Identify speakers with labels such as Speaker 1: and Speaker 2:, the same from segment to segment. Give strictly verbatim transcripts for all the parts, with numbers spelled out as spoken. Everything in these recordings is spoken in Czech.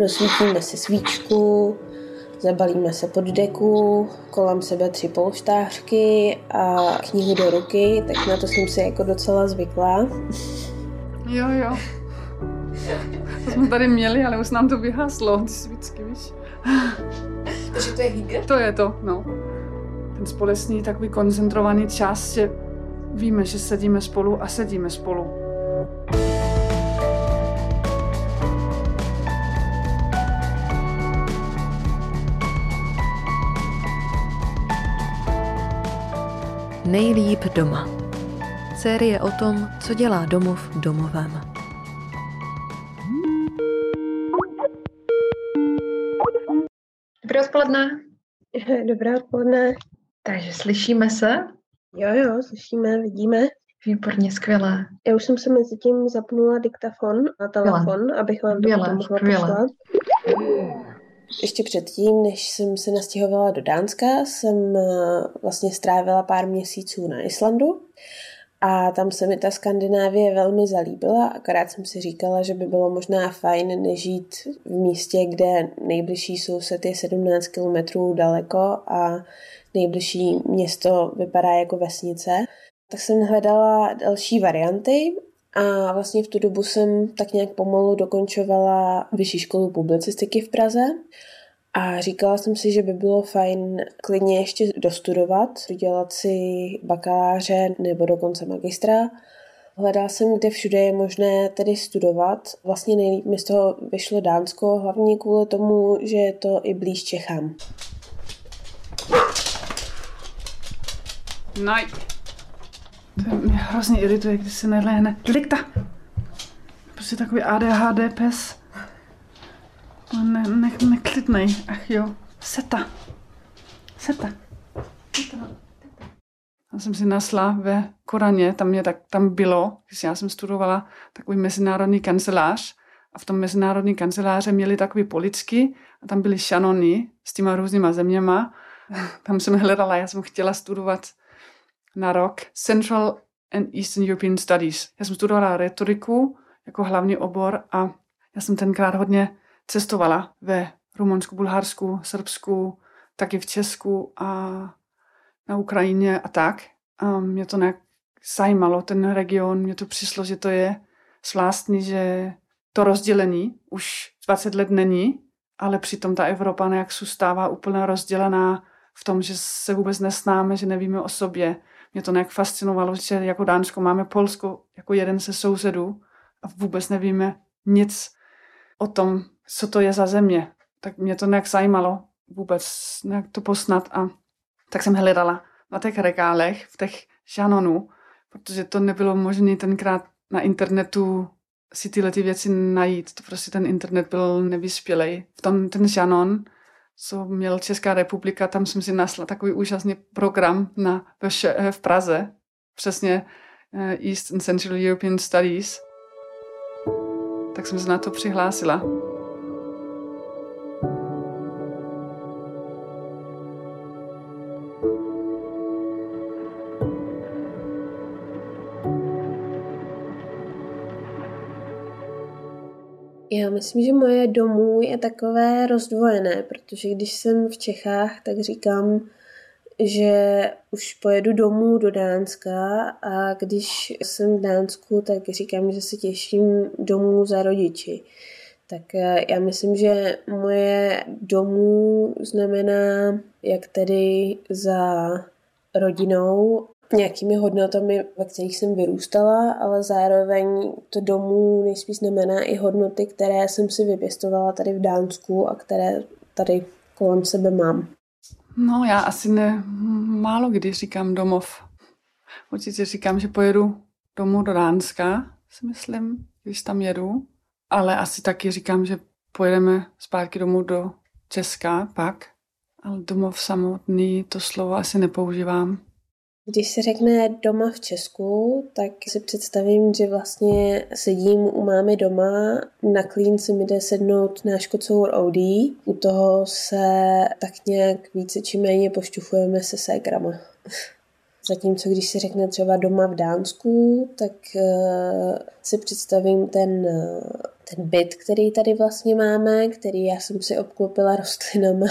Speaker 1: rozsvítíme si svíčku, zabalíme se pod deku, kolem sebe tři polštářky a knihu do ruky, tak na to jsem si jako docela zvyklá.
Speaker 2: Jo, jo. To jsme tady měli, ale už nám to vyhaslo, ty svíčky, víš.
Speaker 3: Takže to je hygge?
Speaker 2: To je to, no. Ten společný takový koncentrovaný čas, že víme, že sedíme spolu a sedíme spolu.
Speaker 4: Nejlíp doma. Série o tom, co dělá domov domovem.
Speaker 3: Dobré odpoledne.
Speaker 1: Dobré odpoledne.
Speaker 3: Takže slyšíme se?
Speaker 1: Jo, jo, slyšíme, vidíme.
Speaker 3: Výborně, skvělé.
Speaker 1: Já už jsem se mezi tím zapnula diktafon a telefon, skvěle. Abych vám to potom mohla poslat. Ještě předtím, než jsem se nastěhovala do Dánska, jsem vlastně strávila pár měsíců na Islandu a tam se mi ta Skandinávie velmi zalíbila, akorát jsem si říkala, že by bylo možná fajn nežít v místě, kde nejbližší soused je sedmnáct kilometrů daleko a nejbližší město vypadá jako vesnice. Tak jsem hledala další varianty a vlastně v tu dobu jsem tak nějak pomalu dokončovala vyšší školu publicistiky v Praze a říkala jsem si, že by bylo fajn klidně ještě dostudovat, dodělat si bakaláře nebo dokonce magistra. Hledala jsem, kde všude je možné tedy studovat. Vlastně nejlíp mi z toho vyšlo Dánsko, hlavně kvůli tomu, že je to i blíž Čechám.
Speaker 2: Nej. To mě hrozně irituje, když se nelehne. Dlikta! Prostě takový A D H D pes. Ne, ne, neklidnej. Ach jo. Seta. Seta. Já jsem si nasla ve Koraně, tam, mě tak, tam bylo, když já jsem studovala, takový mezinárodní kancelář a v tom mezinárodní kanceláře měli takový poličky a tam byly šanony s těma různýma zeměma. Tam jsem hledala, já jsem chtěla studovat na rok Central and Eastern European Studies. Já jsem studovala retoriku jako hlavní obor a já jsem tenkrát hodně cestovala ve Rumunsku, Bulharsku, Srbsku, taky v Česku a na Ukrajině a tak. A mě to nějak zajímalo, ten region, mně to přišlo, že to je zvláštní, že to rozdělení už dvacet let není, ale přitom ta Evropa nějak zůstává úplně rozdělená v tom, že se vůbec nesnáme, že nevíme o sobě. Mě to nějak fascinovalo, že jako Dánsko máme Polsko jako jeden ze sousedů a vůbec nevíme nic o tom, co to je za země. Tak mě to nějak zajímalo vůbec nějak to posnat a tak jsem hledala na těch regálech, v těch šanonů, protože to nebylo možné tenkrát na internetu si tyhle ty věci najít. To prostě ten internet byl nevyspělej. V tom ten šanon, co měl Česká republika, tam jsem si našla takový úžasný program na, v Praze, přesně East and Central European Studies. Tak jsem se na to přihlásila.
Speaker 1: Já myslím, že moje domů je takové rozdvojené, protože když jsem v Čechách, tak říkám, že už pojedu domů do Dánska a když jsem v Dánsku, tak říkám, že se těším domů za rodiči. Tak já myslím, že moje domů znamená jak tedy za rodinou, nějakými hodnotami, ve kterých jsem vyrůstala, ale zároveň to domů nejspíš znamená i hodnoty, které jsem si vypěstovala tady v Dánsku a které tady kolem sebe mám.
Speaker 2: No, já asi ne, málo kdy říkám domov. Určitě říkám, že pojedu domů do Dánska, si myslím, když tam jedu, ale asi taky říkám, že pojedeme zpátky domů do Česka pak, ale domov samotný, to slovo asi nepoužívám.
Speaker 1: Když se řekne doma v Česku, tak si představím, že vlastně sedím u mámy doma, na klín se mi jde sednout náš kocour Audi, u toho se tak nějak více či méně pošťufujeme se ségrama. Zatímco když se řekne třeba doma v Dánsku, tak uh, si představím ten, ten byt, který tady vlastně máme, který já jsem si obklopila rostlinama.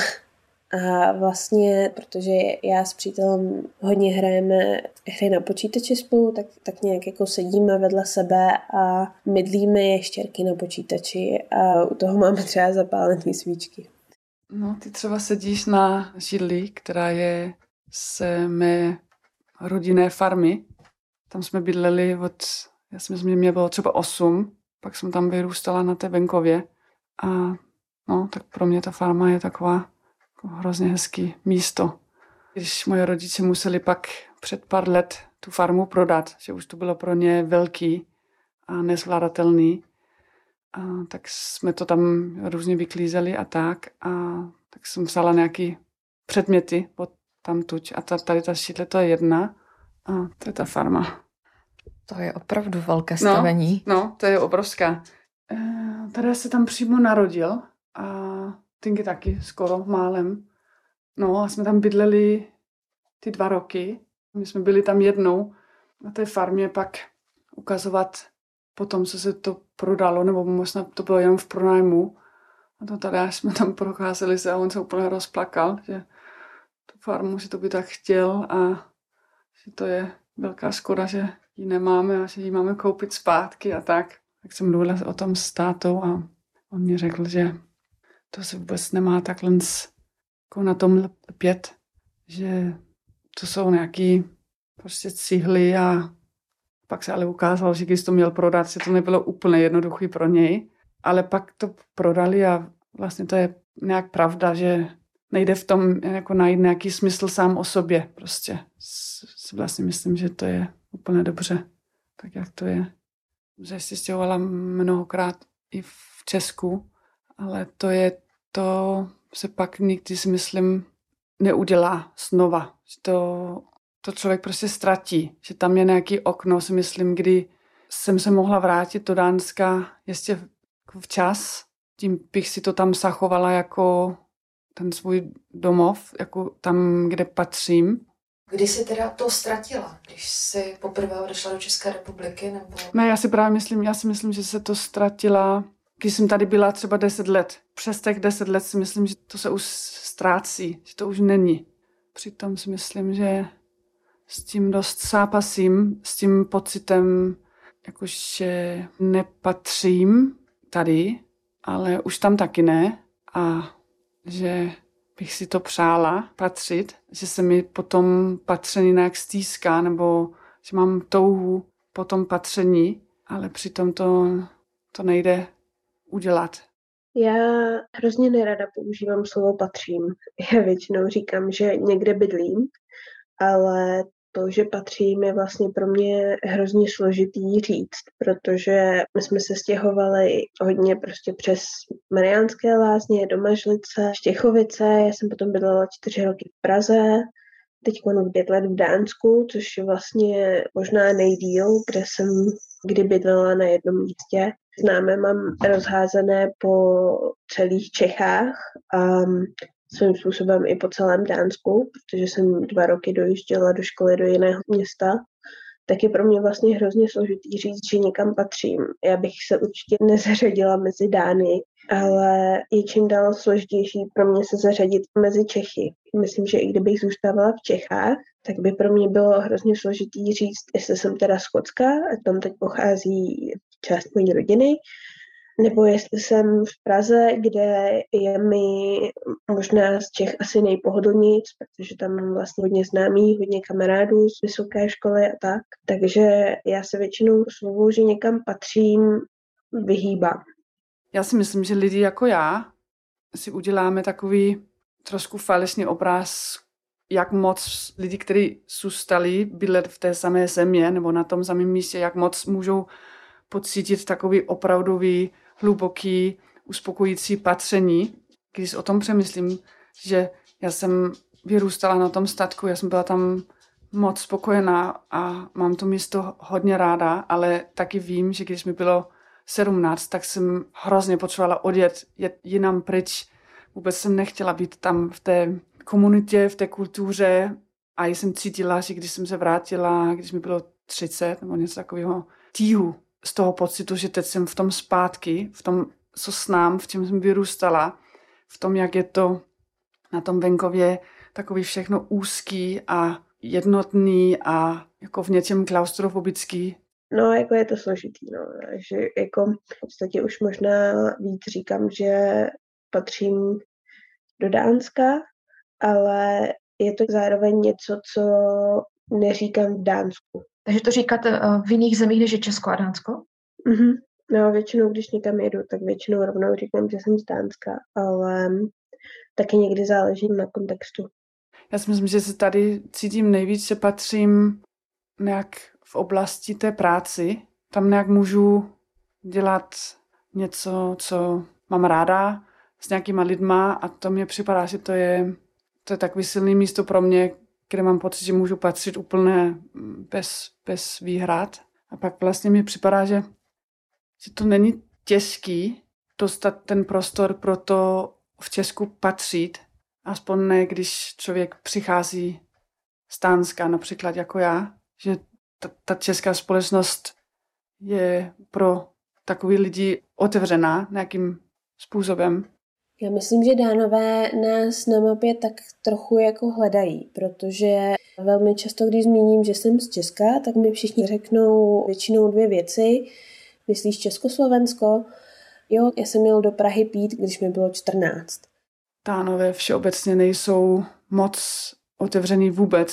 Speaker 1: A vlastně, protože já s přítelem hodně hrajeme hry na počítači spolu, tak, tak nějak jako sedíme vedle sebe a mydlíme ještěrky na počítači a u toho máme třeba zapálené svíčky.
Speaker 2: No, ty třeba sedíš na židli, která je z mé rodinné farmy. Tam jsme bydleli od, já si myslím, že mě bylo třeba osm, pak jsem tam vyrůstala na té venkově. A no, tak pro mě ta farma je taková hrozně hezký místo. Když moje rodiče museli pak před pár let tu farmu prodat, že už to bylo pro ně velký a nezvládatelný, a tak jsme to tam různě vyklízeli a tak. A tak jsem vzala nějaký předměty od tamtuť. A ta, tady ta šidle, to je jedna a to je ta farma.
Speaker 3: To je opravdu velké stavení.
Speaker 2: No, no to je obrovská. E, tady se tam přímo narodil a Tinky taky, skoro málem. No a jsme tam bydleli ty dva roky. My jsme byli tam jednou na té farmě pak ukazovat potom, co se to prodalo, nebo možná to bylo jenom v pronájmu. A to tady, až jsme tam procházeli se a on se úplně rozplakal, že tu farmu si to by tak chtěl a že to je velká škoda, že ji nemáme a že ji máme koupit zpátky a tak. Tak jsem mluvila o tom s tátou a on mi řekl, že to se vůbec nemá takhle jako na tom lpět, že to jsou nějaký prostě cihly a pak se ale ukázalo, že když to měl prodat, že to nebylo úplně jednoduché pro něj, ale pak to prodali a vlastně to je nějak pravda, že nejde v tom jako najít nějaký smysl sám o sobě. Prostě si vlastně myslím, že to je úplně dobře, tak jak to je. Že jsi stěhovala mnohokrát i v Česku, ale to je, to se pak nikdy si myslím neudělá znova. Že to, to člověk prostě ztratí. Že tam je nějaký okno, si myslím, kdy jsem se mohla vrátit do Dánska ještě včas. Tím bych si to tam zachovala jako ten svůj domov, jako tam, kde patřím.
Speaker 3: Kdy jsi teda to ztratila? Když jsi poprvé odešla do České republiky? Nebo...
Speaker 2: Ne, já si právě myslím, já si myslím, že se to ztratila, když jsem tady byla třeba deset let. Přes těch deset let si myslím, že to se už ztrácí, že to už není. Přitom si myslím, že s tím dost zápasím, s tím pocitem, jakože nepatřím tady, ale už tam taky ne. A že bych si to přála patřit, že se mi potom patření nějak stýská, nebo že mám touhu po tom patření, ale přitom to, to nejde udělat.
Speaker 1: Já hrozně nerada používám slovo patřím. Já většinou říkám, že někde bydlím, ale to, že patřím, je vlastně pro mě hrozně složitý říct, protože my jsme se stěhovali hodně prostě přes Mariánské Lázně, Domažlice, Štěchovice, já jsem potom bydlela čtyři roky v Praze, teď mám pět let v Dánsku, což je vlastně možná nejdýl, kde jsem kdy bydlela na jednom místě. Známé mám rozházené po celých Čechách a svým způsobem i po celém Dánsku, protože jsem dva roky dojížděla do školy do jiného města, tak je pro mě vlastně hrozně složitý říct, že někam patřím. Já bych se určitě nezařadila mezi Dány, ale je čím dál složitější pro mě se zařadit mezi Čechy. Myslím, že i kdybych zůstávala v Čechách, tak by pro mě bylo hrozně složitý říct, jestli jsem teda Skotska, a tam teď pochází část mojí rodiny, nebo jestli jsem v Praze, kde je mi možná z Čech asi nejpohodlnějc, protože tam mám vlastně hodně známých, hodně kamarádů z vysoké školy a tak. Takže já se většinou slovu, že někam patřím, vyhýbám.
Speaker 2: Já si myslím, že lidi jako já si uděláme takový trošku falešný obraz, jak moc lidi, kteří zůstali bydlet v té samé země nebo na tom samém místě, jak moc můžou pocítit takový opravdový, hluboký, uspokojící patření. Když o tom přemyslím, že já jsem vyrůstala na tom statku, já jsem byla tam moc spokojená a mám to místo hodně ráda, ale taky vím, že když mi bylo sedmnáct, tak jsem hrozně potřebovala odjet, jet jinam pryč. Vůbec jsem nechtěla být tam v té komunitě, v té kultuře a jsem cítila, že když jsem se vrátila, když mi bylo třicet nebo něco takového, tíhu z toho pocitu, že teď jsem v tom zpátky, v tom, co znám, v čem jsem vyrůstala, v tom, jak je to na tom venkově takový všechno úzký a jednotný a jako v něčem klaustrofobický.
Speaker 1: No, jako je to složitý, no, že jako v podstatě už možná víc říkám, že patřím do Dánska, ale je to zároveň něco, co neříkám v Dánsku.
Speaker 3: Takže to říkáte v jiných zemích, než je Česko a Dánsko?
Speaker 1: Mhm. No, většinou, když někam jedu, tak většinou rovnou říkám, že jsem z Dánska, ale taky někdy záleží na kontextu.
Speaker 2: Já si myslím, že se tady cítím nejvíc, že patřím nějak v oblasti té práci. Tam nějak můžu dělat něco, co mám ráda s nějakýma lidma a to mě připadá, že to je, to je takový silný místo pro mě, kde mám pocit, že můžu patřit úplně bez, bez výhrad. A pak vlastně mi připadá, že, že to není těžký dostat ten prostor pro to v Česku patřit. Aspoň ne, když člověk přichází z Dánska, například jako já, že ta, ta česká společnost je pro takový lidi otevřená nějakým způsobem.
Speaker 1: Já myslím, že Dánové nás na mapě tak trochu jako hledají, protože velmi často, když zmíním, že jsem z Česka, tak mi všichni řeknou většinou dvě věci. Myslíš Československo? Jo, já jsem jel do Prahy pít, když mi bylo čtrnáct.
Speaker 2: Dánové všeobecně nejsou moc otevřený vůbec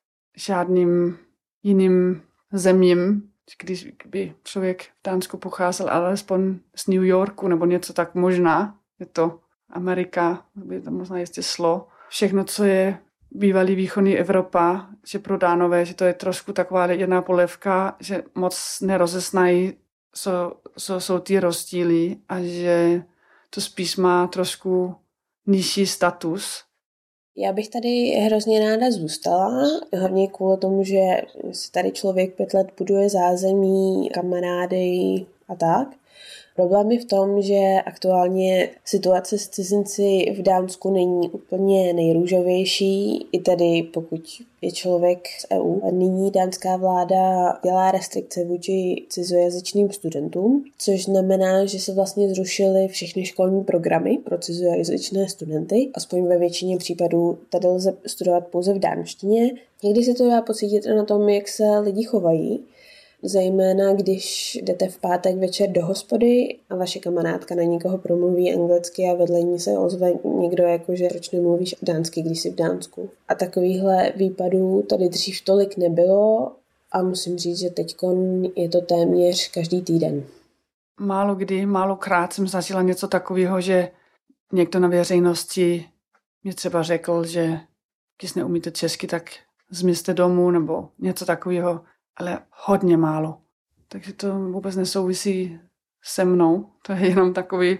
Speaker 2: žádným jiným zemím. Když by člověk v Dánsku pocházel alespoň z New Yorku nebo něco tak možná, je to Amerika, by to možná ještě slo. Všechno, co je bývalý východní Evropa, že pro Dánové, že to je trošku taková jedna polévka, že moc nerozeznají, co, co jsou ty rozdíly a že to spíš má trošku nižší status.
Speaker 1: Já bych tady hrozně ráda zůstala, hlavně kvůli tomu, že se tady člověk pět let buduje zázemí, kamarády a tak. Problém je v tom, že aktuálně situace s cizinci v Dánsku není úplně nejrůžovější, i tedy pokud je člověk z E U. Nyní dánská vláda dělá restrikce vůči cizojazyčným studentům, což znamená, že se vlastně zrušily všechny školní programy pro cizojazyčné studenty. Aspoň ve většině případů tady lze studovat pouze v dánštině. Někdy se to dá pocítit na tom, jak se lidi chovají. Zejména když jdete v pátek večer do hospody a vaše kamarádka na někoho promluví anglicky a vedle ní se ozve někdo jako, že proč nemluvíš dánsky, když jsi v Dánsku. A takovýchhle výpadů tady dřív tolik nebylo a musím říct, že teďkon je to téměř každý týden.
Speaker 2: Málo kdy, málokrát jsem zažila něco takového, že někdo na veřejnosti mě třeba řekl, že když neumíte česky, tak zmizte domů nebo něco takového. Ale hodně málo. Takže to vůbec nesouvisí se mnou. To je jenom takový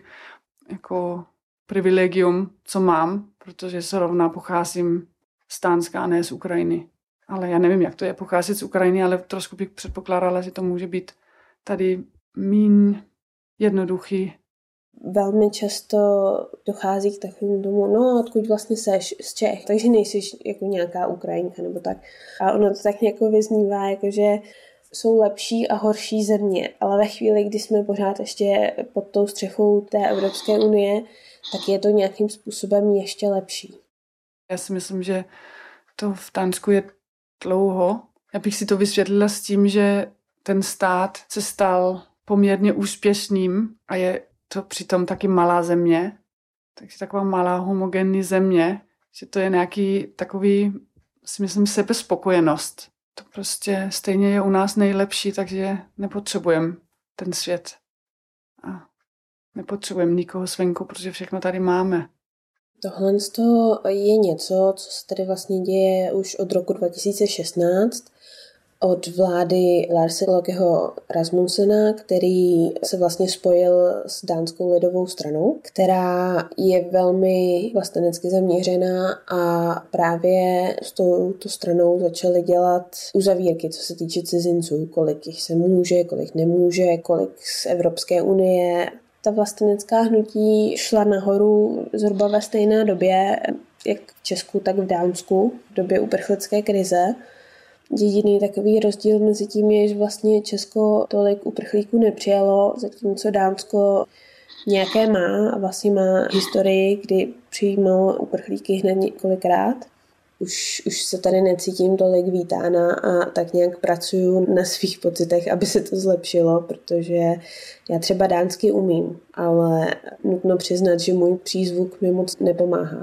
Speaker 2: jako privilegium, co mám, protože se rovná pocházím z Dánska a ne z Ukrajiny. Ale já nevím, jak to je pocházet z Ukrajiny, ale trošku bych předpokládala, že to může být tady míň jednoduchý.
Speaker 1: Velmi často dochází k takovému tomu, no odkud vlastně seš z Čech, takže nejsi jako nějaká Ukrajinka nebo tak. A ono to tak jako vyznívá, jakože jsou lepší a horší země, ale ve chvíli, kdy jsme pořád ještě pod tou střechou té Evropské unie, tak je to nějakým způsobem ještě lepší.
Speaker 2: Já si myslím, že to v Dánsku je dlouho. Já bych si to vysvětlila s tím, že ten stát se stal poměrně úspěšným a je to přitom taky malá země, takže taková malá homogenní země, že to je nějaký takový, si myslím, sebespokojenost. To prostě stejně je u nás nejlepší, takže nepotřebujeme ten svět. A nepotřebujeme nikoho zvenku, protože všechno tady máme.
Speaker 1: Tohle je něco, co se tady vlastně děje už od roku dva tisíce šestnáct, od vlády Larse Lokeho Rasmussena, který se vlastně spojil s Dánskou lidovou stranou, která je velmi vlastenecky zaměřená a právě s touto stranou začaly dělat uzavírky, co se týče cizinců, kolik jich se může, kolik nemůže, kolik z Evropské unie. Ta vlastenecká hnutí šla nahoru zhruba ve stejné době, jak v Česku, tak v Dánsku, v době uprchlické krize. Jediný takový rozdíl mezi tím je, že vlastně Česko tolik uprchlíků nepřijalo, zatímco Dánsko nějaké má a vlastně má historii, kdy přijímalo uprchlíky hned několikrát. Už, už se tady necítím tolik vítána a tak nějak pracuju na svých pocitech, aby se to zlepšilo, protože já třeba dánsky umím, ale nutno přiznat, že můj přízvuk mi moc nepomáhá.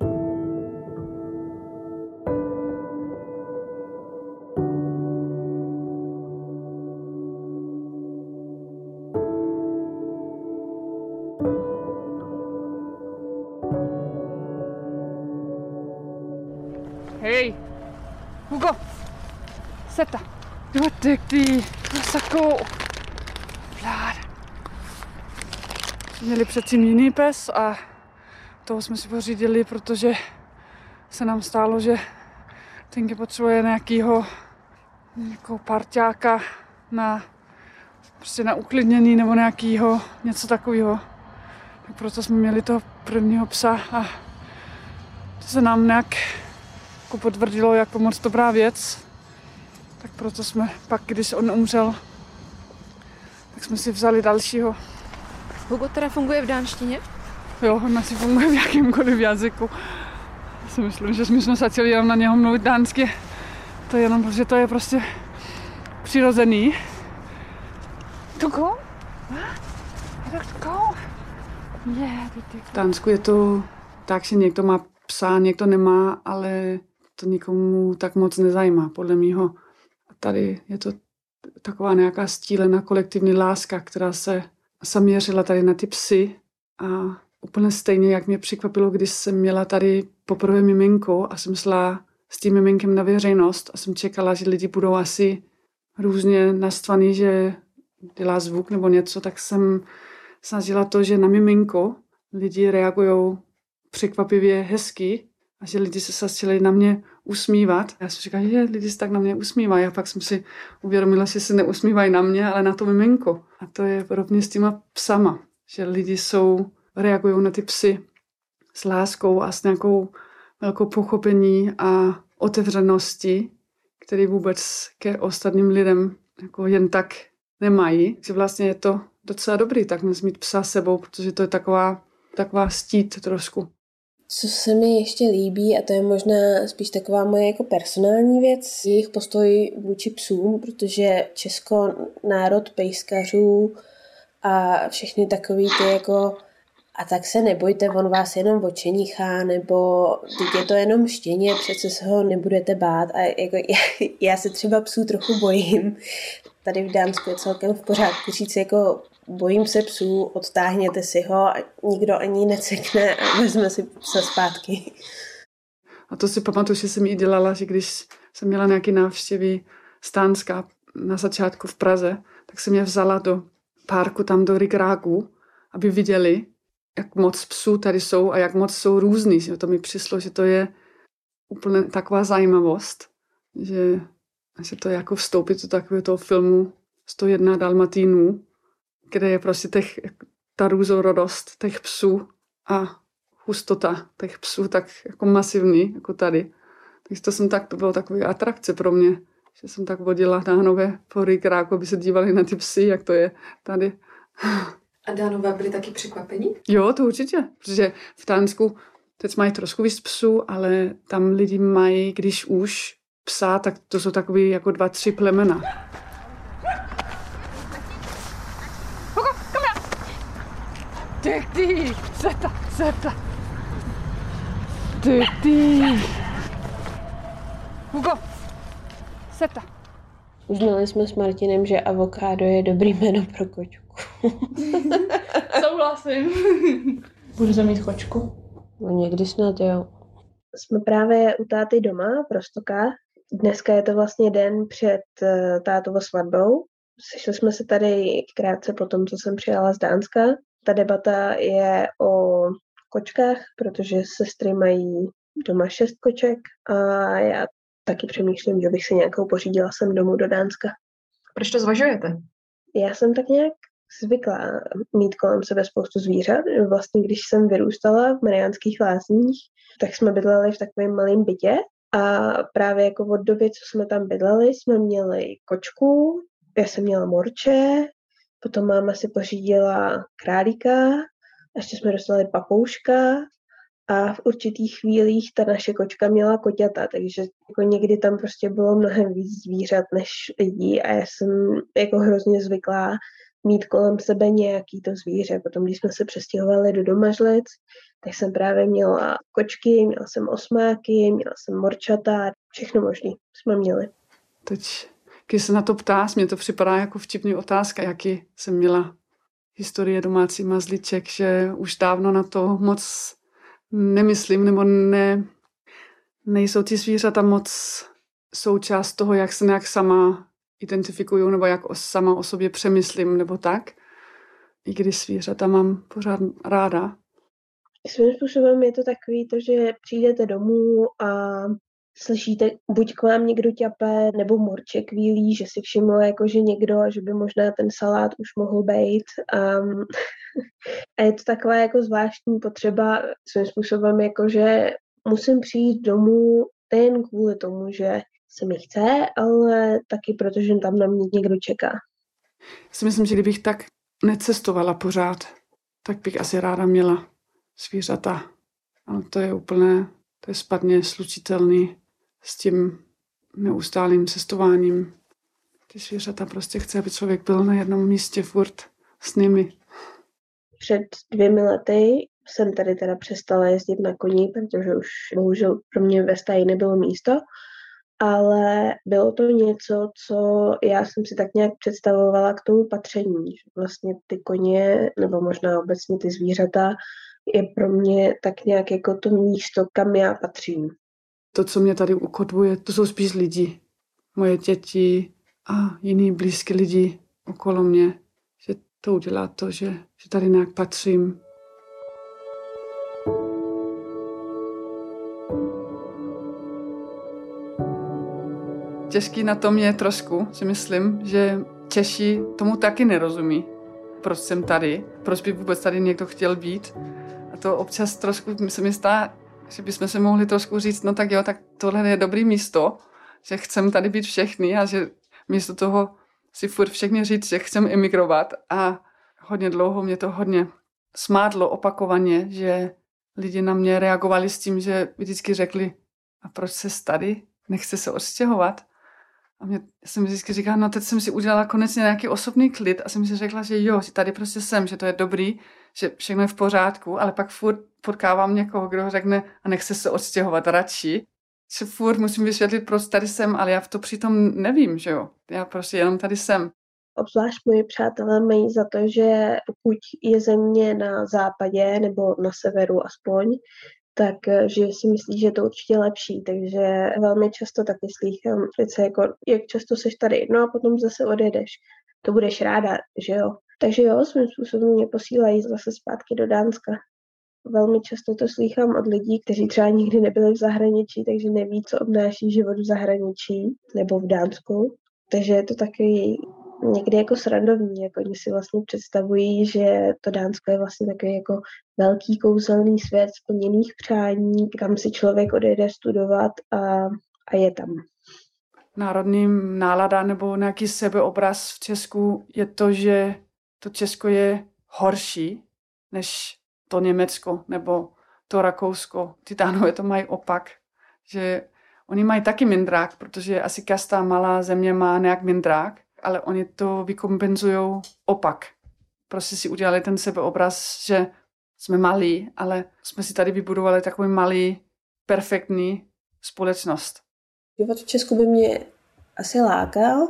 Speaker 2: Hej, Hugo, seta. Du var dygtig, du var så god. Flot. Měli předtím jiný pes a toho jsme si pořídili, protože se nám stálo, že Tinky potřebuje nějakýho nějakou parťáka na, prostě na uklidnění nebo nějakýho, něco takového. Tak proto jsme měli toho prvního psa a to se nám nějak jako potvrdilo jako moc dobrá věc. Tak proto jsme pak, když on umřel, tak jsme si vzali dalšího.
Speaker 4: Hugo teda funguje v dánštině?
Speaker 2: Jo, on asi funguje v jakýmkoliv jazyku. Já si myslím, že jsme začali jenom na něho mluvit dánsky. To je jenom, protože to je prostě přirozený. Hugo? Hugo? V Dánsku je to tak, že někdo má psa, někdo nemá, ale to nikomu tak moc nezajímá, podle mýho. Tady je to taková nějaká stílená kolektivní láska, která se zaměřila tady na ty psy. A úplně stejně, jak mě překvapilo, když jsem měla tady poprvé miminko a jsem šla s tím miminkem na veřejnost a jsem čekala, že lidi budou asi různě naštvaný, že dělá zvuk nebo něco, tak jsem snažila to, že na miminko lidi reagují překvapivě hezky a že lidi se začali na mě usmívat. Já jsem říkala, že lidi se tak na mě usmívají a pak jsem si uvědomila, že se neusmívají na mě, ale na to miminko. A to je podobně s těma psama, že lidi jsou, reagují na ty psy s láskou a s nějakou velkou pochopení a otevřeností, který vůbec ke ostatním lidem jako jen tak nemají. Takže vlastně je to docela dobrý tak mít psa s sebou, protože to je taková, taková stít trošku.
Speaker 1: Co se mi ještě líbí, a to je možná spíš taková moje jako personální věc, jejich postoj vůči psům, protože Česko, národ pejskařů a všechny takový ty jako a tak se nebojte, on vás jenom očenichá, nebo teď je to jenom štěně, přece se ho nebudete bát. A jako, já, já se třeba psů trochu bojím. Tady v Dánsku je celkem v pořádku říct, jako bojím se psů, odtáhněte si ho a nikdo ani necekne a vezme si psa zpátky.
Speaker 2: A to si pamatuju, že jsem jí dělala, že když jsem měla nějaké návštěvy z Dánska na začátku v Praze, tak jsem je vzala do parku tam do Rigrágu, aby viděli, jak moc psů tady jsou a jak moc jsou různý. To mi přišlo, že to je úplně taková zajímavost, že, že to je jako vstoupit do takového toho filmu sto jedna Dalmatínů, kde je prostě těch, ta různorodost těch psů a hustota těch psů tak jako masivní, jako tady. Takže to, jsem tak, to bylo takový atrakce pro mě, že jsem tak vodila Dánové po Rigrágu, aby se dívali na ty psy, jak to je tady.
Speaker 3: A Dánové byli taky překvapení?
Speaker 2: Jo, to určitě, protože v Dánsku teď mají trošku víc psů, ale tam lidi mají, když už psa, tak to jsou takový jako dva, tři plemena. Hugo, kom her! Dygtig! Sæt dig, sæt dig! Dygtig! Hugo, sæt dig!
Speaker 1: Uznali jsme s Martinem, že avokádo je dobrý jméno pro kočku.
Speaker 2: Souhlasím.
Speaker 5: Budu mít kočku?
Speaker 1: No někdy snad jo. Jsme právě u táty doma v Roztokách. Dneska je to vlastně den před tátovou svatbou. Sešli jsme se tady krátce po tom, co jsem přijela z Dánska. Ta debata je o kočkách, protože sestry mají doma šest koček a já taky přemýšlím, že bych si nějakou pořídila sem domů do Dánska.
Speaker 5: Proč to zvažujete?
Speaker 1: Já jsem tak nějak zvykla mít kolem sebe spoustu zvířat. Vlastně když jsem vyrůstala v Mariánských Lázních, tak jsme bydleli v takovém malém bytě A právě jako od doby, co jsme tam bydleli, jsme měli kočku, já jsem měla morče, potom máma si pořídila králíka, ještě jsme dostali papouška a v určitých chvílích ta naše kočka měla koťata, takže jako někdy tam prostě bylo mnohem víc zvířat než lidí a já jsem jako hrozně zvyklá mít kolem sebe nějaký to zvíře. Potom, když jsme se přestěhovali do Domažlic, tak jsem právě měla kočky, měla jsem osmáky, měla jsem morčata, všechno možný jsme měli.
Speaker 2: Teď, když se na to ptáš, mě to připadá jako vtipný otázka, jaký jsem měla historie domácí mazlíček, že už dávno na to moc nemyslím, nebo ne, nejsou ty zvířata moc součást toho, jak se nějak sama identifikuju, nebo jak sama o sobě přemyslím, nebo tak. I když zvířata mám pořád ráda.
Speaker 1: Svým způsobem je to takový to, že přijdete domů a slyšíte, buď k vám někdo ťape, nebo morček výlí, že si všiml, jako, že někdo, že by možná ten salát už mohl být. Um, a je to taková jako zvláštní potřeba svým způsobem, jako, že musím přijít domů nejen kvůli tomu, že se mi chce, ale taky protože tam na mě někdo čeká.
Speaker 2: Já si myslím, že kdybych tak necestovala pořád, tak bych asi ráda měla zvířata. Ale to je úplně, to je spadně slučitelný s tím neustálým cestováním. Ty zvířata prostě chce, aby člověk byl na jednom místě furt s nimi.
Speaker 1: Před dvěmi lety jsem tady teda přestala jezdit na koni, protože už bohužel pro mě ve stáji nebylo místo, ale bylo to něco, co já jsem si tak nějak představovala k tomu patření. Že vlastně ty koně, nebo možná obecně ty zvířata, je pro mě tak nějak jako to místo, kam já patřím.
Speaker 2: To, co mě tady ukotvuje, to jsou spíš lidi. Moje děti a jiný blízké lidi okolo mě. Že to udělá to, že, že tady nějak patřím. Těžký na tom je trošku, si myslím, že Češi tomu taky nerozumí. Proč jsem tady? Proč by vůbec tady někdo chtěl být? A to občas trošku se mi stá, že bychom se mohli trošku říct, no tak jo, tak tohle je dobrý místo, že chcem tady být všechny a že místo toho si furt všechny říct, že chcem emigrovat. A hodně dlouho mě to hodně smádlo opakovaně, že lidi na mě reagovali s tím, že vždycky řekli, a proč ses tady? Nechce se odstěhovat? A mě, jsem vždycky říkala, no teď jsem si udělala konečně nějaký osobní klid a jsem si řekla, že jo, že tady prostě jsem, že to je dobrý, že všechno je v pořádku, ale pak furt potkávám někoho, kdo řekne a nechce se odstěhovat radši. Že furt musím vysvětlit, proč tady jsem, ale já to přitom nevím, že jo. Já prostě jenom tady jsem.
Speaker 1: Obzvlášť moji přátelé mají za to, že pokud je země na západě nebo na severu aspoň, tak že si myslí, že je to určitě lepší, takže velmi často taky slýchám věci jako, jak často seš tady, no a potom zase odjedeš, to budeš ráda, že jo. Takže jo, svým způsobem mě posílají zase zpátky do Dánska. Velmi často to slýchám od lidí, kteří třeba nikdy nebyli v zahraničí, takže neví, co obnáší život v zahraničí nebo v Dánsku. Takže je to taky někdy jako srandovní, jako oni si vlastně představují, že to Dánsko je vlastně takový jako velký kouzelný svět splněných přání, kam si člověk odejde studovat a, a je tam.
Speaker 2: Národní nálada nebo nějaký sebeobraz v Česku je to, že to Česko je horší než to Německo nebo to Rakousko. Ty Dánové to mají opak, že oni mají taky mindrák, protože asi každá malá země má nějak mindrák, ale oni to vykompenzují opak. Prostě si udělali ten sebeobraz, že jsme malí, ale jsme si tady vybudovali takový malý, perfektní společnost.
Speaker 1: Život v Česku by mě asi lákal,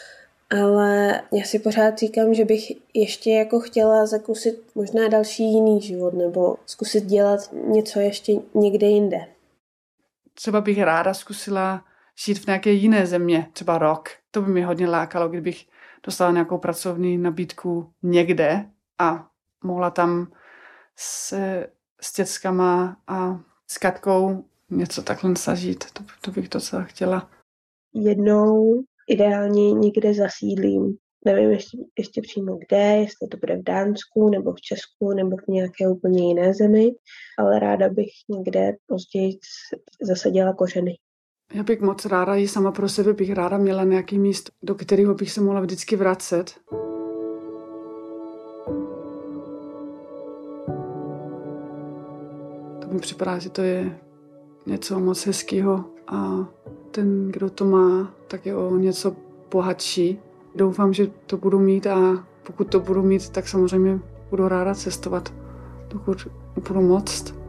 Speaker 1: ale já si pořád říkám, že bych ještě jako chtěla zakusit možná další jiný život nebo zkusit dělat něco ještě někde jinde.
Speaker 2: Třeba bych ráda zkusila žít v nějaké jiné země, třeba rok. To by mě hodně lákalo, kdybych dostala nějakou pracovní nabídku někde a mohla tam se s dětskama a s Katkou něco takhle zažít. To, to bych docela chtěla.
Speaker 1: Jednou ideálně někde zasídlím. Nevím ještě, ještě přímo kde, jestli to bude v Dánsku, nebo v Česku, nebo v nějaké úplně jiné zemi, ale ráda bych někde později zasadila kořeny.
Speaker 2: Já bych moc ráda, i sama pro sebe bych ráda měla nějaký místo, do kterého bych se mohla vždycky vracet. To mi připadá, že to je něco moc hezkého a ten, kdo to má, tak je o něco bohatší. Doufám, že to budu mít a pokud to budu mít, tak samozřejmě budu ráda cestovat, dokud budu moct.